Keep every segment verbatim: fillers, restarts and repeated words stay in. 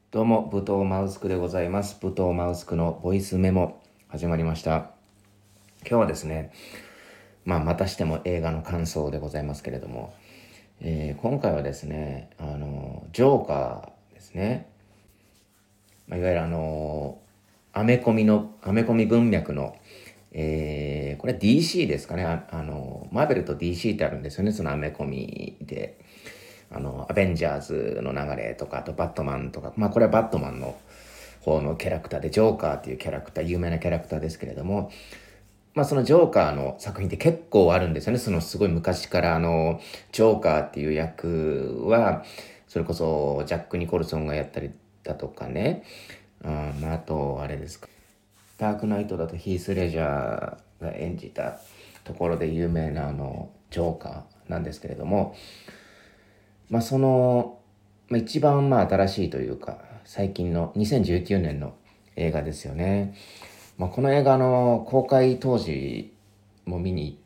どうも、武藤マウスクでございます。武藤マウスクのボイスメモ始まりました。今日はですね、まあ、またしても映画の感想でございますけれども、えー今回はですね、あの、ジョーカーですね。まあ、いわゆるあの、アメコミの、アメコミ文脈の、えーこれ ディーシー ですかね。あ、あの、マーベルと ディーシー ってあるんですよね、そのアメコミで。あの、アベンジャーズの流れとか、あとバットマンとか、まあこれはバットマンの方のキャラクターで、ジョーカーっていうキャラクター、有名なキャラクターですけれども、まあそのジョーカーの作品って結構あるんですよね。そのすごい昔からあの、ジョーカーっていう役は、それこそジャック・ニコルソンがやったりだとかね、あ、まあ、あと、あれですか、ダークナイトだとヒース・レジャーが演じたところで有名なあの、ジョーカーなんですけれども、まあその、まあ、一番まあ新しいというか、最近のにせんじゅうきゅうねんの映画ですよね。まあ、この映画の公開当時も見に行って、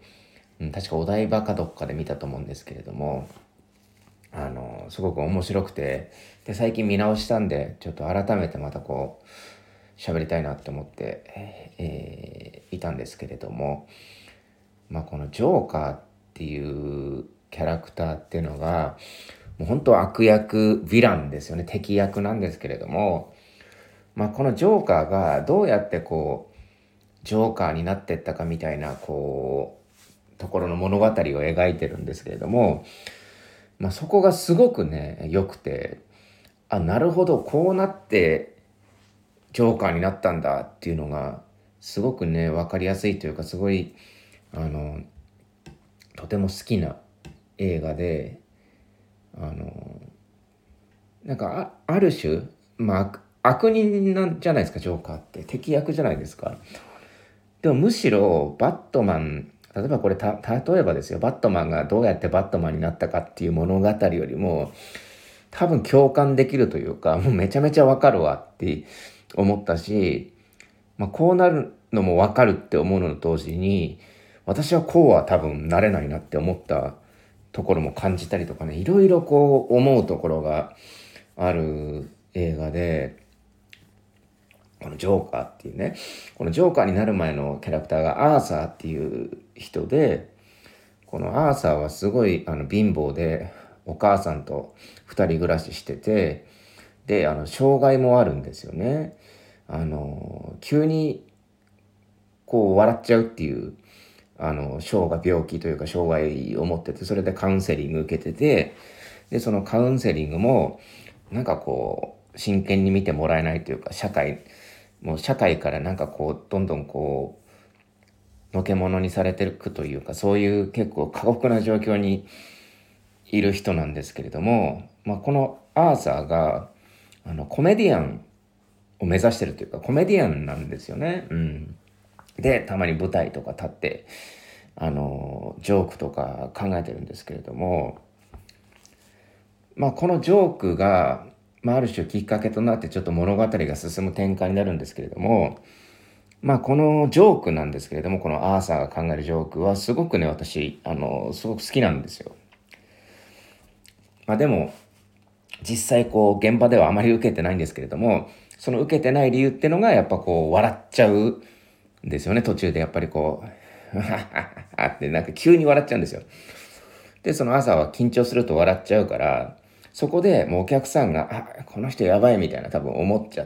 うん、確かお台場かどっかで見たと思うんですけれども、あの、すごく面白くて、で、最近見直したんで、ちょっと改めてまたこう、喋りたいなって思って、えーいたんですけれども、まあ、このジョーカーっていうキャラクターっていうのが、もう本当悪役、ヴィランですよね。敵役なんですけれども、まあ、このジョーカーがどうやってこう、ジョーカーになってったかみたいな、こう、ところの物語を描いてるんですけれども、まあ、そこがすごくね、良くて、あ、なるほど、こうなってジョーカーになったんだっていうのが、すごくね、わかりやすいというか、すごい、あの、とても好きな映画で、あの、なんかあ、ある種、まあ、悪悪人なんじゃないですか、ジョーカーって。敵役じゃないですか。でもむしろ、バットマン、例えばこれた、例えばですよ、バットマンがどうやってバットマンになったかっていう物語よりも、多分共感できるというか、もうめちゃめちゃわかるわって思ったし、まあ、こうなるのもわかるって思うのと同時に、私はこうは多分なれないなって思ったところも感じたりとかね、いろいろこう思うところがある映画で、このジョーカーっていうね、このジョーカーになる前のキャラクターがアーサーっていう人で、このアーサーはすごいあの貧乏で、お母さんと二人暮らししてて、で、あの、障害もあるんですよね。あの、急にこう笑っちゃうっていう、あの、障害、病気というか障害を持ってて、それでカウンセリング受けてて、で、そのカウンセリングも、なんかこう、真剣に見てもらえないというか、社会、もう社会からなんかこう、どんどんこう、のけものにされていくというか、そういう結構過酷な状況にいる人なんですけれども、まあ、このアーサーが、あの、コメディアンを目指してるというか、コメディアンなんですよね。うん。で、たまに舞台とか立って、あの、ジョークとか考えてるんですけれども、まあ、このジョークが、まあ、ある種きっかけとなってちょっと物語が進む展開になるんですけれども、まあ、このジョークなんですけれども、このアーサーが考えるジョークはすごくね、私、あの、すごく好きなんですよ。まあ、でも、実際こう、現場ではあまり受けてないんですけれども、その受けてない理由ってのが、やっぱこう、笑っちゃうんですよね、途中でやっぱりこう、はははってなんか急に笑っちゃうんですよ。で、その朝は緊張すると笑っちゃうから、そこでもうお客さんが、あ、この人やばいみたいな多分思っちゃって、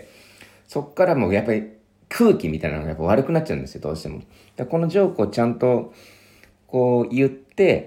そっからもうやっぱり空気みたいなのがやっぱ悪くなっちゃうんですよ、どうしても。でこのジョークをちゃんとこう言って、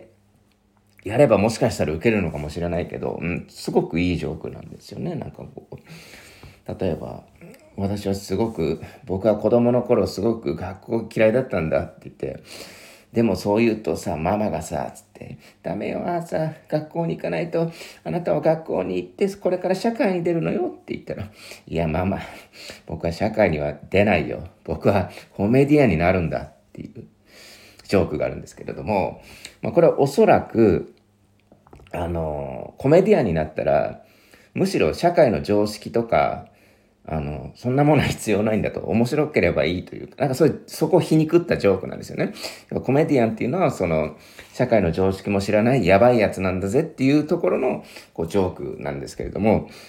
やればもしかしたら受けるのかもしれないけど、うん、すごくいいジョークなんですよね。なんかこう、例えば、私はすごく、僕は子供の頃すごく学校嫌いだったんだって言って、でもそう言うとさ、ママがさ、つって、ダメよ、あーさ、学校に行かないと、あなたは学校に行って、これから社会に出るのよって言ったら、いや、ママ、僕は社会には出ないよ。僕はコメディアンになるんだっていうジョークがあるんですけれども、まあ、これはおそらく、あの、コメディアンになったら、むしろ社会の常識とか、あの、そんなものは必要ないんだと、面白ければいいというか、なんかそういう、そこを皮肉ったジョークなんですよね。コメディアンっていうのは、その、社会の常識も知らないやばいやつなんだぜっていうところの、こう、ジョークなんですけれども、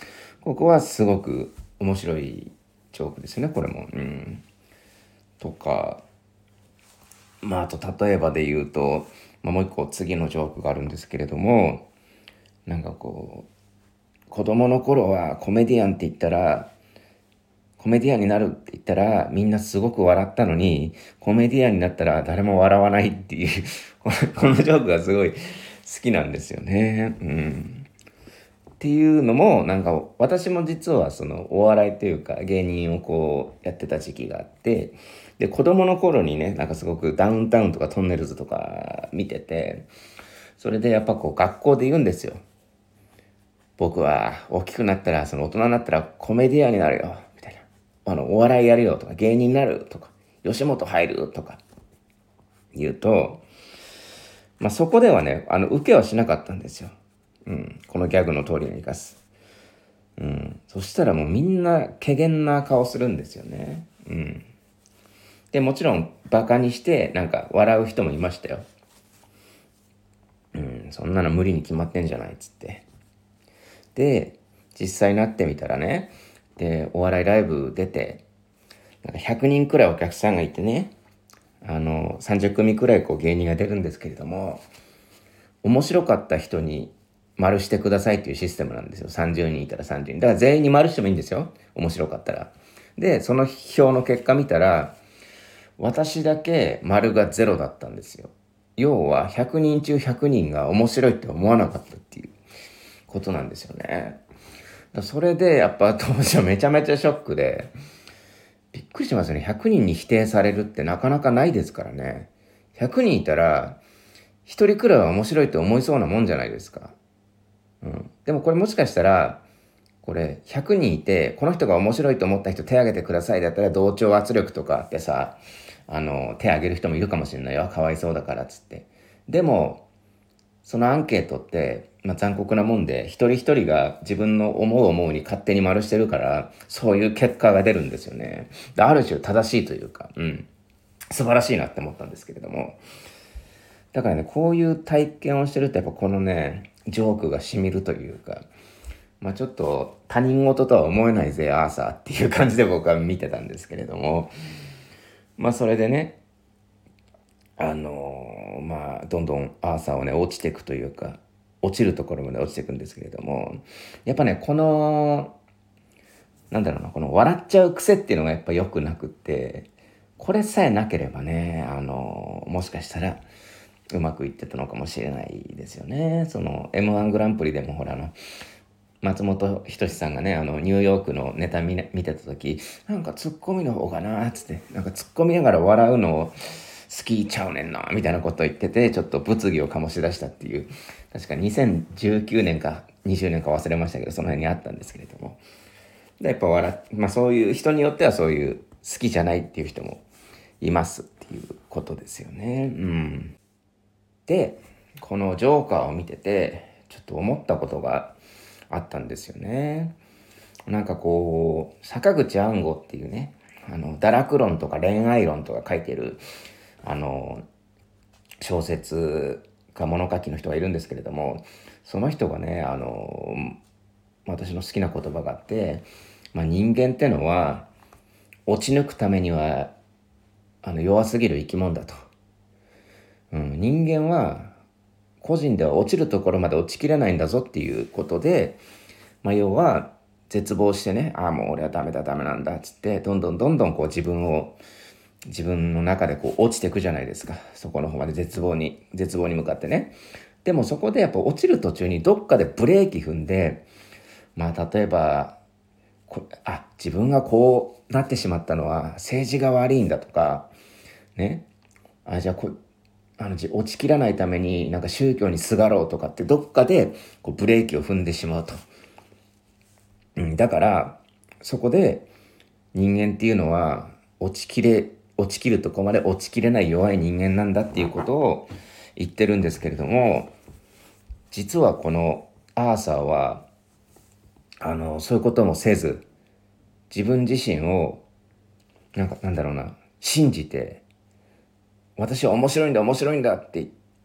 ここはすごく面白いジョークですよね、これも。うん。とか、まあ、あと例えばで言うと、まあ、もう一個次のジョークがあるんですけれども、なんかこう、子供の頃はコメディアンって言ったら、コメディアンになるって言ったらみんなすごく笑ったのに、コメディアンになったら誰も笑わないっていうこのジョークがすごい好きなんですよね。うん。っていうのも、なんか私も実はそのお笑いというか芸人をこうやってた時期があって、で子供の頃にね、なんかすごくダウンタウンとかトンネルズとか見てて、それでやっぱこう学校で言うんですよ。僕は大きくなったら、その大人になったらコメディアンになるよみたいな、あのお笑いやるよとか芸人になるとか吉本入るとか言うと、まあそこではね、あの受けはしなかったんですよ。うん、このギャグの通りに生かす。うん、そしたらもうみんな怪げな顔するんですよね。うん。でもちろんバカにしてなんか笑う人もいましたよ。うん、そんなの無理に決まってんじゃないっつって。で実際になってみたらね、でお笑いライブ出て、なんかひゃくにんくらいお客さんがいてね、あのさんじゅっくみくらいこう芸人が出るんですけれども、面白かった人に丸してくださいっていうシステムなんですよ。さんじゅうにんいたらさんじゅうにん。だから全員に丸してもいいんですよ。面白かったら。で、その表の結果見たら、私だけ丸がゼロだったんですよ。要はひゃくにん中ひゃくにんが面白いって思わなかったっていうことなんですよね。それでやっぱ当時はめちゃめちゃショックで、びっくりしますよね。ひゃくにんに否定されるってなかなかないですからね。ひゃくにんいたら、ひとりくらいは面白いと思いそうなもんじゃないですか。うん。でもこれもしかしたら、これひゃくにんいて、この人が面白いと思った人手挙げてくださいだったら同調圧力とかあってさ、あの、手挙げる人もいるかもしれないよ。かわいそうだからっつって。でも、そのアンケートって、まあ、残酷なもんで、一人一人が自分の思う思うに勝手に丸してるから、そういう結果が出るんですよね。である種正しいというか、うん。素晴らしいなって思ったんですけれども。だからね、こういう体験をしてると、やっぱこのね、ジョークが染みるというか、まあちょっと他人事とは思えないぜ、アーサーっていう感じで僕は見てたんですけれども、まあそれでね、あのーまあどんどんアーサーをね、落ちていくというか、落ちるところまで落ちていくんですけれども、やっぱね、この、なんだろうな、この笑っちゃう癖っていうのがやっぱ良くなくって、これさえなければね、あのーもしかしたら、うまくいってたのかもしれないですよね。その エムワン グランプリでもほらあの松本人志さんがね、あのニューヨークのネタ見,、ね、見てた時、なんかツッコミの方がなーっつって、なんかツッコミながら笑うのを好きちゃうねんなみたいなことを言ってて、ちょっと物議を醸し出したっていう、確かにせんじゅうきゅうねんかにじゅうねんか忘れましたけど、その辺にあったんですけれども、でやっぱ笑っ、まあそういう人によってはそういう好きじゃないっていう人もいますっていうことですよね。うん。で、このジョーカーを見てて、ちょっと思ったことがあったんですよね。なんかこう、坂口安吾っていうね、あの、堕落論とか恋愛論とか書いてる、あの、小説か物書きの人がいるんですけれども、その人がね、あの、私の好きな言葉があって、まあ、人間ってのは、落ち抜くためには、あの、弱すぎる生き物だと。うん、人間は、個人では落ちるところまで落ちきれないんだぞっていうことで、まあ、要は絶望してね、ああもう俺はダメだダメなんだっつってどんどんどんどんこう自分を自分の中でこう落ちていくじゃないですか。そこの方まで絶望に絶望に向かってね。でもそこでやっぱ落ちる途中にどっかでブレーキ踏んで、まあ例えばこあ自分がこうなってしまったのは政治が悪いんだとかね、あじゃあこあの落ちきらないためになんか宗教にすがろうとかってどっかでこうブレーキを踏んでしまうと。うん、だからそこで人間っていうのは落ちきれ落ちきるとこまで落ちきれない弱い人間なんだっていうことを言ってるんですけれども、実はこのアーサーはあのそういうこともせず、自分自身をなんかなんだろうな信じて、私は面白いんだ面白いんだって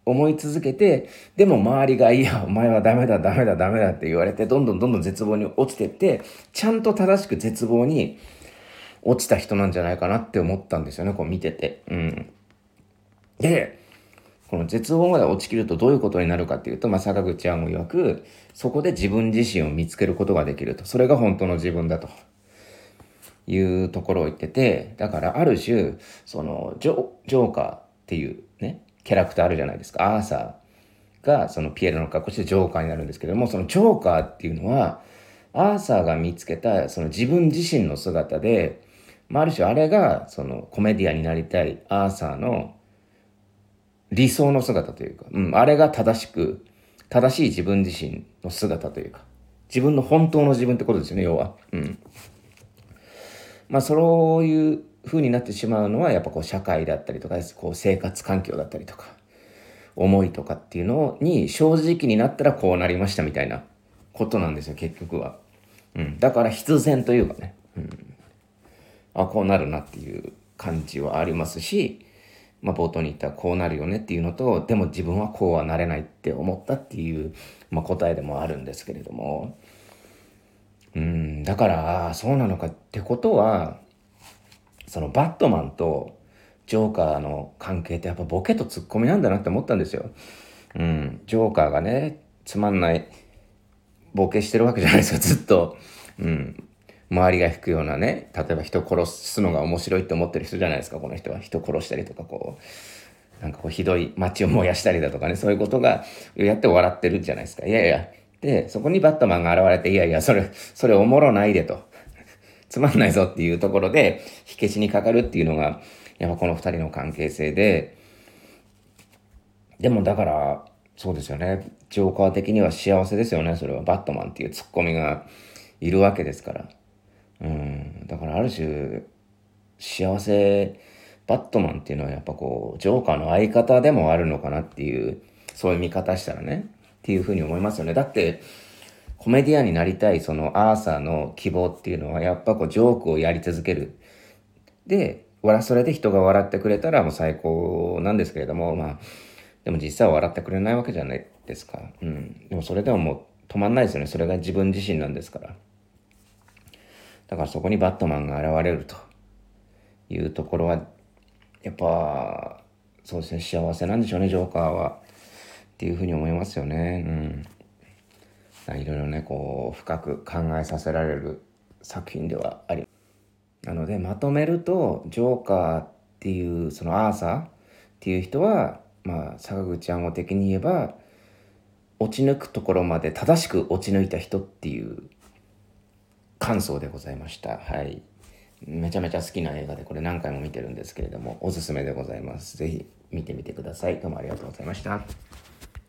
思い続けて、でも周りが、いや、お前はダメだ、ダメだ、ダメだって言われて、どんどんどんどん絶望に落ちてって、ちゃんと正しく絶望に落ちた人なんじゃないかなって思ったんですよね、こう見てて。うん。で、この絶望まで落ちきるとどういうことになるかっていうと、まあ、坂口安吾曰く、そこで自分自身を見つけることができると。それが本当の自分だというところを言ってて、だからある種、そのジョ、ジョーカーっていうね、キャラクターあるじゃないですか。アーサーがそのピエロの格好してジョーカーになるんですけれども、そのジョーカーっていうのは、アーサーが見つけたその自分自身の姿で、まあ、ある種あれがそのコメディアンになりたいアーサーの理想の姿というか、うん、あれが正しく、正しい自分自身の姿というか、自分の本当の自分ってことですよね、要は。うん。まあ、そういう風になってしまうのは、やっぱこう、社会だったりとか、こう、生活環境だったりとか、思いとかっていうのに、正直になったらこうなりましたみたいなことなんですよ、結局は。うん。だから必然というかね、うん。あ、こうなるなっていう感じはありますし、まあ、冒頭に言ったこうなるよねっていうのと、でも自分はこうはなれないって思ったっていう、まあ、答えでもあるんですけれども、うん、だから、あそうなのかってことは、そのバットマンとジョーカーの関係ってやっぱボケとツッコミなんだなって思ったんですよ。うん、ジョーカーがね、つまんないボケしてるわけじゃないですか、ずっと。うん。周りが引くようなね、例えば人殺すのが面白いって思ってる人じゃないですか、この人は。人殺したりとか、こう、なんかこうひどい街を燃やしたりだとかね、そういうことがやって笑ってるじゃないですか。いやいや。で、そこにバットマンが現れて、いやいや、それ、それおもろないでと。つまんないぞっていうところで、火消しにかかるっていうのが、やっぱこの二人の関係性で、でもだから、そうですよね。ジョーカー的には幸せですよね。それはバットマンっていうツッコミがいるわけですから。うん。だからある種、幸せ、バットマンっていうのはやっぱこう、ジョーカーの相方でもあるのかなっていう、そういう見方したらね、っていうふうに思いますよね。だって、コメディアンになりたいそのアーサーの希望っていうのはやっぱこうジョークをやり続ける。で、それで人が笑ってくれたらもう最高なんですけれども、まあ、でも実際は笑ってくれないわけじゃないですか。うん。でもそれでももう止まんないですよね。それが自分自身なんですから。だからそこにバットマンが現れるというところは、やっぱ、そうですね、幸せなんでしょうね、ジョーカーは。っていうふうに思いますよね。うん。いろいろね、こう、深く考えさせられる作品ではあります。なので、まとめると、ジョーカーっていう、そのアーサーっていう人は、まあ、坂口安吾的に言えば、落ち抜くところまで正しく落ち抜いた人っていう感想でございました。はい。めちゃめちゃ好きな映画で、これ何回も見てるんですけれども、おすすめでございます。ぜひ見てみてください。どうもありがとうございました。